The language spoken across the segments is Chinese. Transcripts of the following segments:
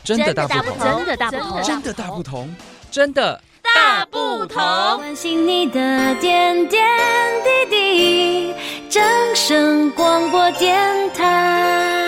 真的大不同， 真的大不同， 真的大不同，真的大不同。 关心你的点点滴滴，掌声广播电台。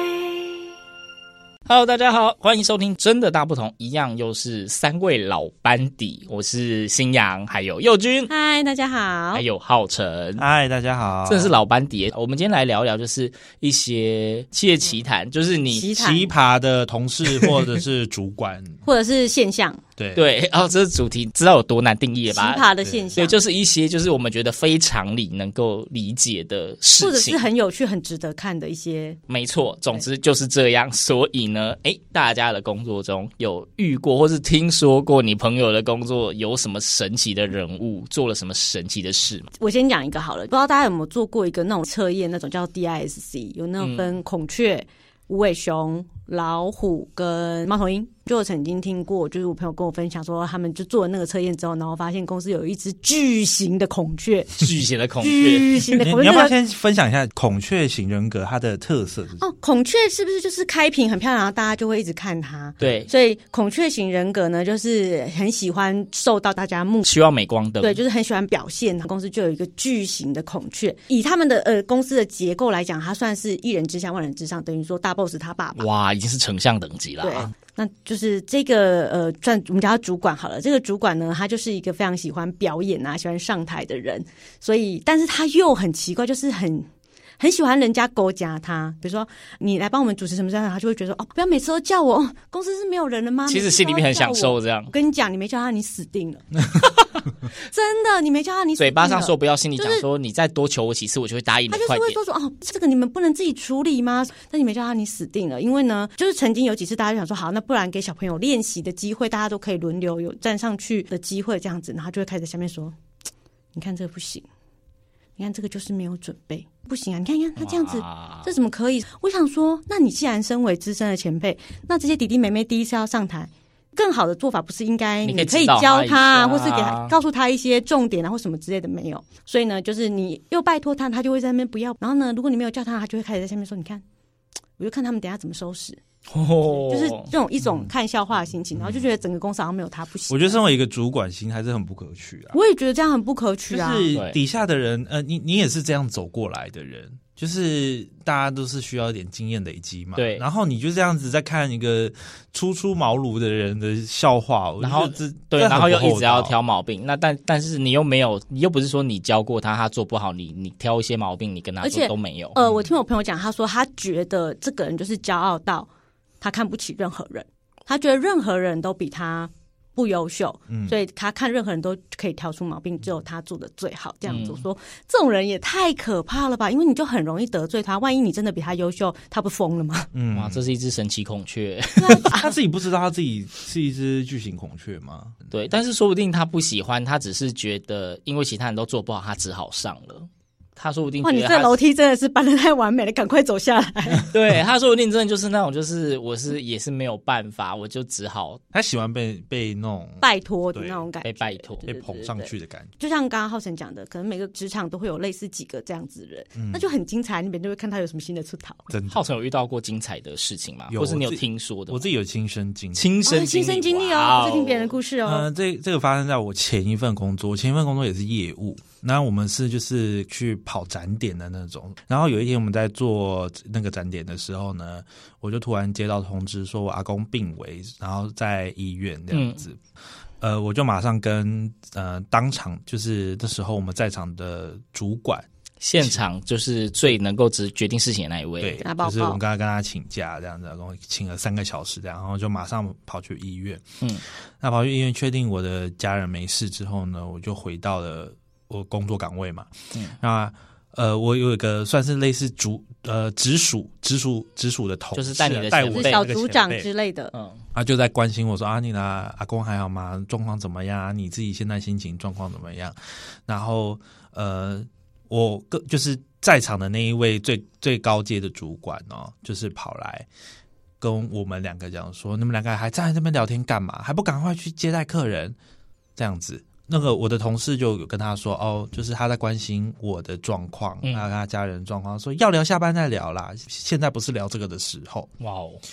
Hello， 大家好，欢迎收听《真的大不同》，一样又是三位老班底，我是新阳，还有佑君， 嗨，大家好， 还有浩辰， 嗨，大家好， 真的是老班底。我们今天来聊聊，就是一些企业奇谈，就是你奇葩的同事或者是主管， 或者是现象。 对，然后这是主题，知道有多难定义了吧？ 奇葩的现象， 对，就是一些就是我们觉得非常理能够理解的事情， 或者是很有趣、很值得看的一些。 没错，总之就是这样。所以呢，大家的工作中有遇过或是听说过你朋友的工作有什么神奇的人物做了什么神奇的事吗？ 我先讲一个好了，不知道大家有没有做过一个那种测验，那种叫 DISC， 有那种分孔雀、无尾熊、老虎跟猫头鹰。就我曾经听过，就是我朋友跟我分享说，他们就做了那个测验之后，然后发现公司有一只巨型的孔雀， 巨型的孔雀， 巨型的孔雀。 你要不要先分享一下孔雀型人格它的特色是什么？ 哦，孔雀是不是就是开屏很漂亮，然后大家就会一直看它？ 对， 所以孔雀型人格呢，就是很喜欢受到大家目， 需要镁光灯， 对，就是很喜欢表现。公司就有一个巨型的孔雀，以他们的公司的结构来讲，它算是一人之下万人之上，等于说大 boss 他爸爸， 哇，已经是丞相等级了。 对。那就是这个我们叫他主管好了。这个主管呢，他就是一个非常喜欢表演啊，喜欢上台的人。所以，但是他又很奇怪，就是很喜欢人家勾夹他。比如说，你来帮我们主持什么事，他就会觉得哦，不要每次都叫我，公司是没有人了吗？ 其实心里面很享受这样。 我跟你讲，你没叫他，你死定了。真的，你没叫他，你死定了。 嘴巴上说不要，心里讲说你再多求我几次，我就会答应你。 他就是会说哦，这个你们不能自己处理吗？但你没叫他，你死定了。因为呢，就是曾经有几次大家就想说，好，那不然给小朋友练习的机会，大家都可以轮流有站上去的机会，这样子，然后就会开始在下面说，你看这个不行，你看这个就是没有准备，不行啊！你看他这样子，这怎么可以？我想说，那你既然身为资深的前辈，那这些弟弟妹妹第一次要上台，更好的做法不是应该你可以教他，或是给他告诉他一些重点啊，或什么之类的没有？所以呢，就是你又拜托他，他就会在那边不要。然后呢，如果你没有叫他，他就会开始在下面说：“你看，我就看他们等一下怎么收拾。”就是这种一种看笑话的心情，然后就觉得整个公司好像没有他不行。 我觉得身为一个主管心还是很不可取啊。 我也觉得这样很不可取啊。 就是底下的人，你也是这样走过来的人，就是大家都是需要一点经验累积嘛。 对。 然后你就这样子在看一个初出茅庐的人的笑话， 然后对，然后又一直要挑毛病。那但是你又没有，你又不是说你教过他，他做不好，你挑一些毛病，你跟他说都没有。 我听我朋友讲，他说他觉得这个人就是骄傲到他看不起任何人，他觉得任何人都比他不优秀，所以他看任何人都可以挑出毛病，只有他做的最好。这样子说，这种人也太可怕了吧？因为你就很容易得罪他，万一你真的比他优秀，他不疯了吗？ 哇，这是一只神奇孔雀。 他自己不知道他自己是一只巨型孔雀吗？ 对，但是说不定他不喜欢，他只是觉得因为其他人都做不好，他只好上了。他说不定觉得哇，你这楼梯真的是搬得太完美了，赶快走下来。 对，他说不定真的就是那种，就是也是没有办法，我就只好。 他喜欢被那种拜托的那种感觉， 被拜托、 被捧上去的感觉。 就像刚刚浩辰讲的，可能每个职场都会有类似几个这样子的人，那就很精彩，你们就会看他有什么新的出逃。 浩辰有遇到过精彩的事情吗？或是你有听说的？ 我自己有亲身经历， 亲身经历哦，不是听别人的故事哦。 这个发生在我前一份工作，我前一份工作也是业务。那我们是就是去跑展点的那种，然后有一天我们在做那个展点的时候呢，我就突然接到通知说我阿公病危，然后在医院这样子。我就马上跟当场就是那时候我们在场的主管， 现场就是最能够决定事情的那一位， 对，就是我们刚才跟他请假这样子，跟我请了3个小时这样，然后就马上跑去医院。那跑去医院确定我的家人没事之后呢，我就回到了我工作岗位嘛。那我有一个算是类似直属的同事， 就是带你的是小组长之类的， 他就在关心我说啊，你的阿公还好吗？状况怎么样？你自己现在心情状况怎么样？然后我就是在场的那一位最高阶的主管哦，就是跑来跟我们2个讲说，你们2个还站在这边聊天干嘛？还不赶快去接待客人？这样子。那个我的同事就有跟他说，哦，就是他在关心我的状况，他跟他家人状况，说要聊下班再聊啦，现在不是聊这个的时候。 哇哦！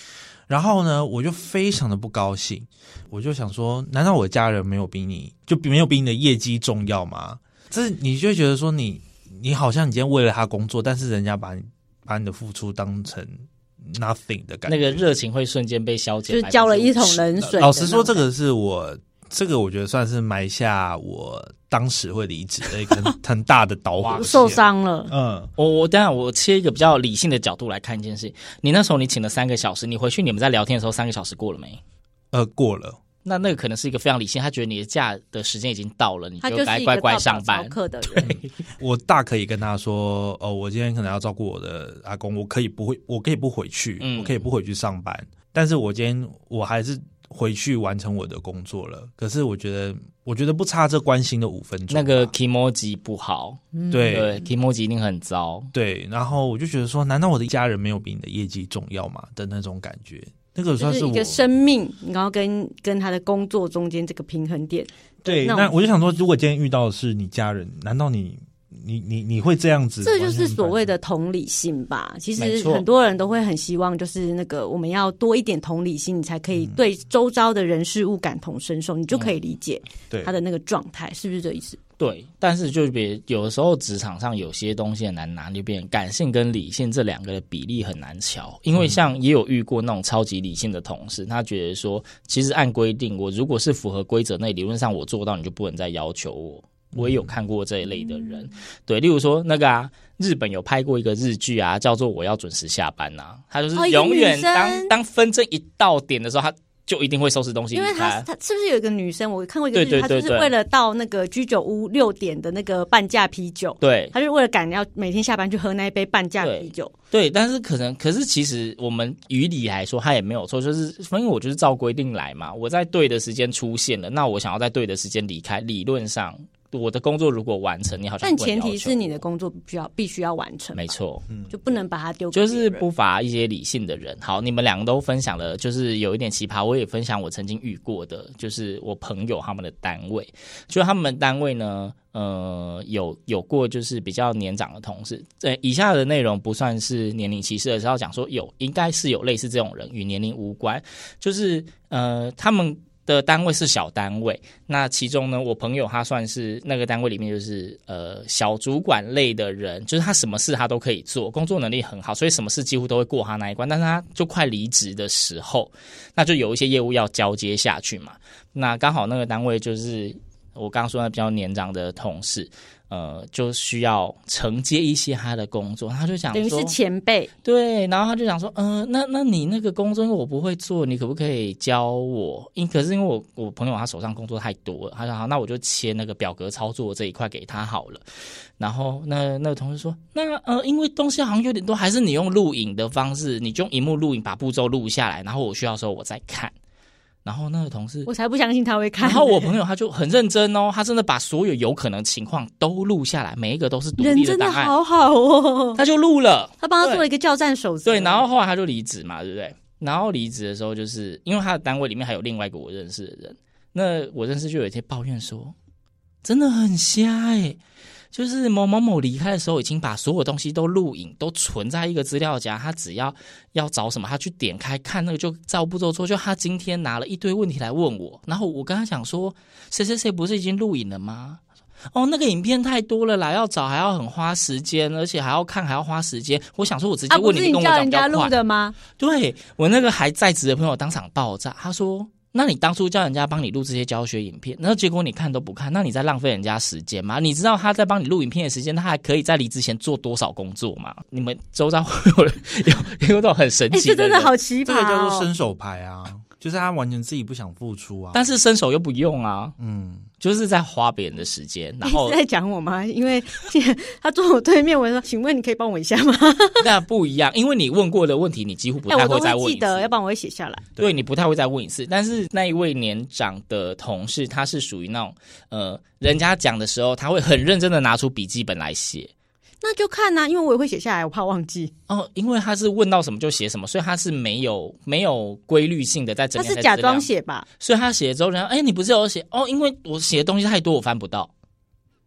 然后呢，我就非常的不高兴，我就想说，难道我的家人没有比你的业绩重要吗？这你就会觉得说你好像你今天为了他工作，但是人家把你的付出当成 nothing 的感觉， 那个热情会瞬间被消减， 就是浇了一桶冷水。 老实说，这个我觉得算是埋下我当时会离职的一个很大的导火线。 受伤了。 当然我切一个比较理性的角度来看一件事，你那时候你请了3个小时，你回去你们在聊天的时候3个小时过了没？ 过了。 那个可能是一个非常理性，他觉得你的假的时间已经到了，你就该乖乖上班。 的人我大可以跟他说，我今天可能要照顾我的阿公，我可以不回去，我可以不回去上班，但是我今天我还是回去完成我的工作了。可是我觉得不差这关心的5分钟， 那个 kimoji 不好，对 kimoji 一定很糟。 对，然后我就觉得说，难道我的家人没有比你的业绩重要吗？的那种感觉。那个算是一个生命，然后跟他的工作中间这个平衡点。 对，那我就想说，如果今天遇到的是你家人，难道你会这样子？ 这就是所谓的同理心吧。其实很多人都会很希望，就是那个我们要多一点同理心，你才可以对周遭的人事物感同身受，你就可以理解他的那个状态，是不是这意思？ 对，但是就有的时候职场上有些东西很难拿，就变感性跟理性这2个的比例很难调。因为像也有遇过那种超级理性的同事，他觉得说，其实按规定，我如果是符合规则内，理论上我做到，你就不能再要求我。我也有看过这一类的人，对，例如说那个日本有拍过一个日剧啊，叫做《我要准时下班》啊，他就是永远当纷争一到点的时候，他就一定会收拾东西离开。因为他是不是有一个女生？我看过一个剧，她就是为了到那个居酒屋6点的那个半价啤酒，对，她就是为了赶要每天下班去喝那一杯半价啤酒。 对，但是可是其实我们于理来说，他也没有错，就是因为我就是照规定来嘛，我在对的时间出现了，那我想要在对的时间离开，理论上。我的工作如果完成，你好像不能要求我， 但前提是你的工作必须要完成， 没错， 就不能把它丢给别人， 就是不乏一些理性的人。好，你们2个都分享了，就是有一点奇葩，我也分享我曾经遇过的，就是我朋友他们的单位，就他们单位呢，有过就是比较年长的同事。以下的内容不算是年龄歧视，而是要讲说应该是有类似这种人，与年龄无关，就是他们的单位是小单位，那其中呢，我朋友他算是那个单位里面就是小主管类的人，就是他什么事他都可以做，工作能力很好，所以什么事几乎都会过他那一关。但是他就快离职的时候，那就有一些业务要交接下去嘛。那刚好那个单位就是我刚刚说的比较年长的同事。就需要承接一些他的工作，他就讲说， 等于是前辈， 对，然后他就讲说，那你那个工作因为我不会做，你可不可以教我？可是因为我朋友他手上工作太多了，他说好，那我就切那个表格操作这一块给他好了。然后那个同事说，那因为东西好像有点多，还是你用录影的方式，你就用萤幕录影把步骤录下来，然后我需要的时候我再看。然后那个同事， 我才不相信他会看。 然后我朋友他就很认真哦，他真的把所有有可能情况都录下来，每一个都是独立的档案，人真的好好哦。 他就录了， 他帮他做了一个教战守则。 对，然后后来他就离职嘛，对不对？然后离职的时候，就是因为他的单位里面还有另外一个我认识的人，那我认识就有一天抱怨说，真的很瞎就是某某某离开的时候，已经把所有东西都录影，都存在一个资料夹。他只要找什么，他去点开看那个就照步骤做。就他今天拿了一堆问题来问我，然后我跟他讲说，谁谁谁不是已经录影了吗？那个影片太多了啦，要找还要很花时间，而且还要看还要花时间。我想说，我直接问你，跟我讲比较快。不是你叫人家录的吗？对，我那个还在职的朋友当场爆炸，他说。那你当初叫人家帮你录这些教学影片，然后结果你看都不看，那你在浪费人家时间吗？你知道他在帮你录影片的时间，他还可以在离职前做多少工作吗？你们周遭会有那种很神奇的人， 这真的好奇葩这个叫做伸手牌啊，就是他完全自己不想付出啊， 但是伸手又不用啊，就是在花别人的时间。然后你是在讲我吗？因为他坐我对面，我说：“请问你可以帮我一下吗？” 那不一样，因为你问过的问题，你几乎不太会再问一次。我都会记得， 要不然我会写下来。 对，你不太会再问一次。但是那一位年长的同事，他是属于那种人家讲的时候，他会很认真的拿出笔记本来写。 那就看啊，因为我也会写下来，我怕忘记。 因为他是问到什么就写什么，所以他是没有规律性的在整理。 他是假装写吧？ 所以他写了之后，然后你不是有写因为我写的东西太多，我翻不到。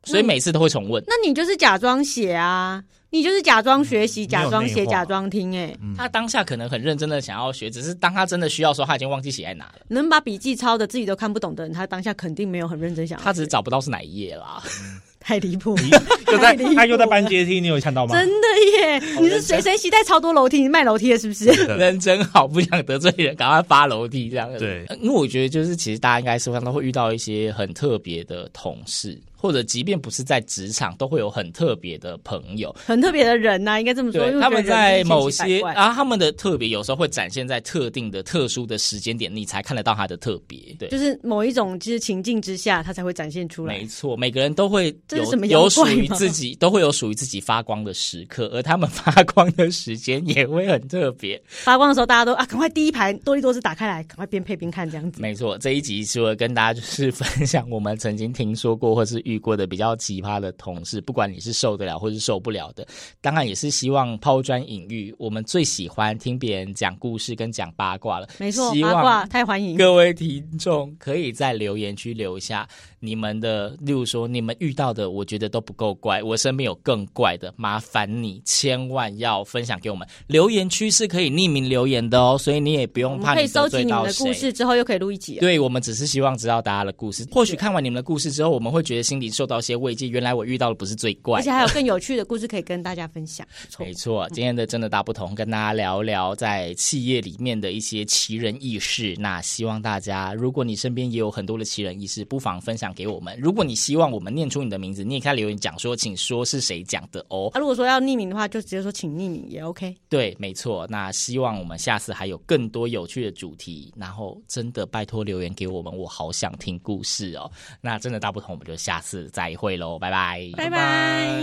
所以每次都会重问。 那你就是假装写啊，你就是假装学习， 没有假装写， 内化假装听。 他当下可能很认真的想要学，只是当他真的需要的时候，他已经忘记写在哪了。 能把笔记抄的自己都看不懂的人，他当下肯定没有很认真想要学。 他只是找不到是哪一页啦。 太离谱， 他又在搬阶梯，你有看到吗？ 真的耶！你是随身携带超多楼梯，你卖楼梯的是不是？ 人真好，不想得罪人，赶快发楼梯这样子。 对， 因为我觉得就是其实大家应该生活上都会遇到一些很特别的同事，或者即便不是在职场，都会有很特别的朋友， 很特别的人呐、应该这么说。 对，他们在某些啊， 他们的特别有时候会展现在特定的特殊的时间点，你才看得到他的特别。对， 就是某一种就是情境之下，他才会展现出来。 没错，每个人都会有属于自己，都会有属于自己发光的时刻，而他们发光的时间也会很特别。 发光的时候，大家都赶快第一排多利多汁打开来，赶快边配边看这样子。 没错，这一集除了跟大家就是分享我们曾经听说过或是遇过的比较奇葩的同事，不管你是受得了或是受不了的，当然也是希望抛砖引玉。我们最喜欢听别人讲故事跟讲八卦了， 没错， 希望八卦太欢迎。 各位听众可以在留言区留下你们的，例如说你们遇到的，我觉得都不够怪，我身边有更怪的，麻烦你千万要分享给我们。留言区是可以匿名留言的哦，所以你也不用怕你得罪到谁。 可以收集你们的故事之后，又可以录一集了。 对，我们只是希望知道大家的故事。或许看完你们的故事之后，我们会觉得心里受到一些慰藉。原来我遇到的不是最怪的， 而且还有更有趣的故事可以跟大家分享。 没错，今天的真的大不同，跟大家聊聊在企业里面的一些奇人异事。那希望大家，如果你身边也有很多的奇人异事，不妨分享给我们。如果你希望我们念出你的名字，你也可以留言讲说，请说是谁讲的哦。 如果说要匿名的话，就直接说请匿名也 OK。 对，没错。那希望我们下次还有更多有趣的主题，然后真的拜托留言给我们，我好想听故事哦。那真的大不同，我们就下次再会喽，拜拜， 拜拜。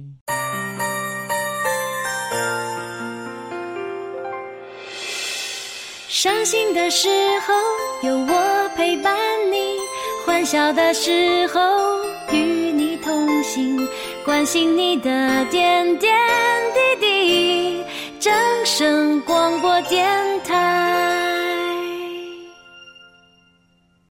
伤心的时候有我陪伴你，欢笑的时候与你同行，关心你的点点滴滴。正声广播电台。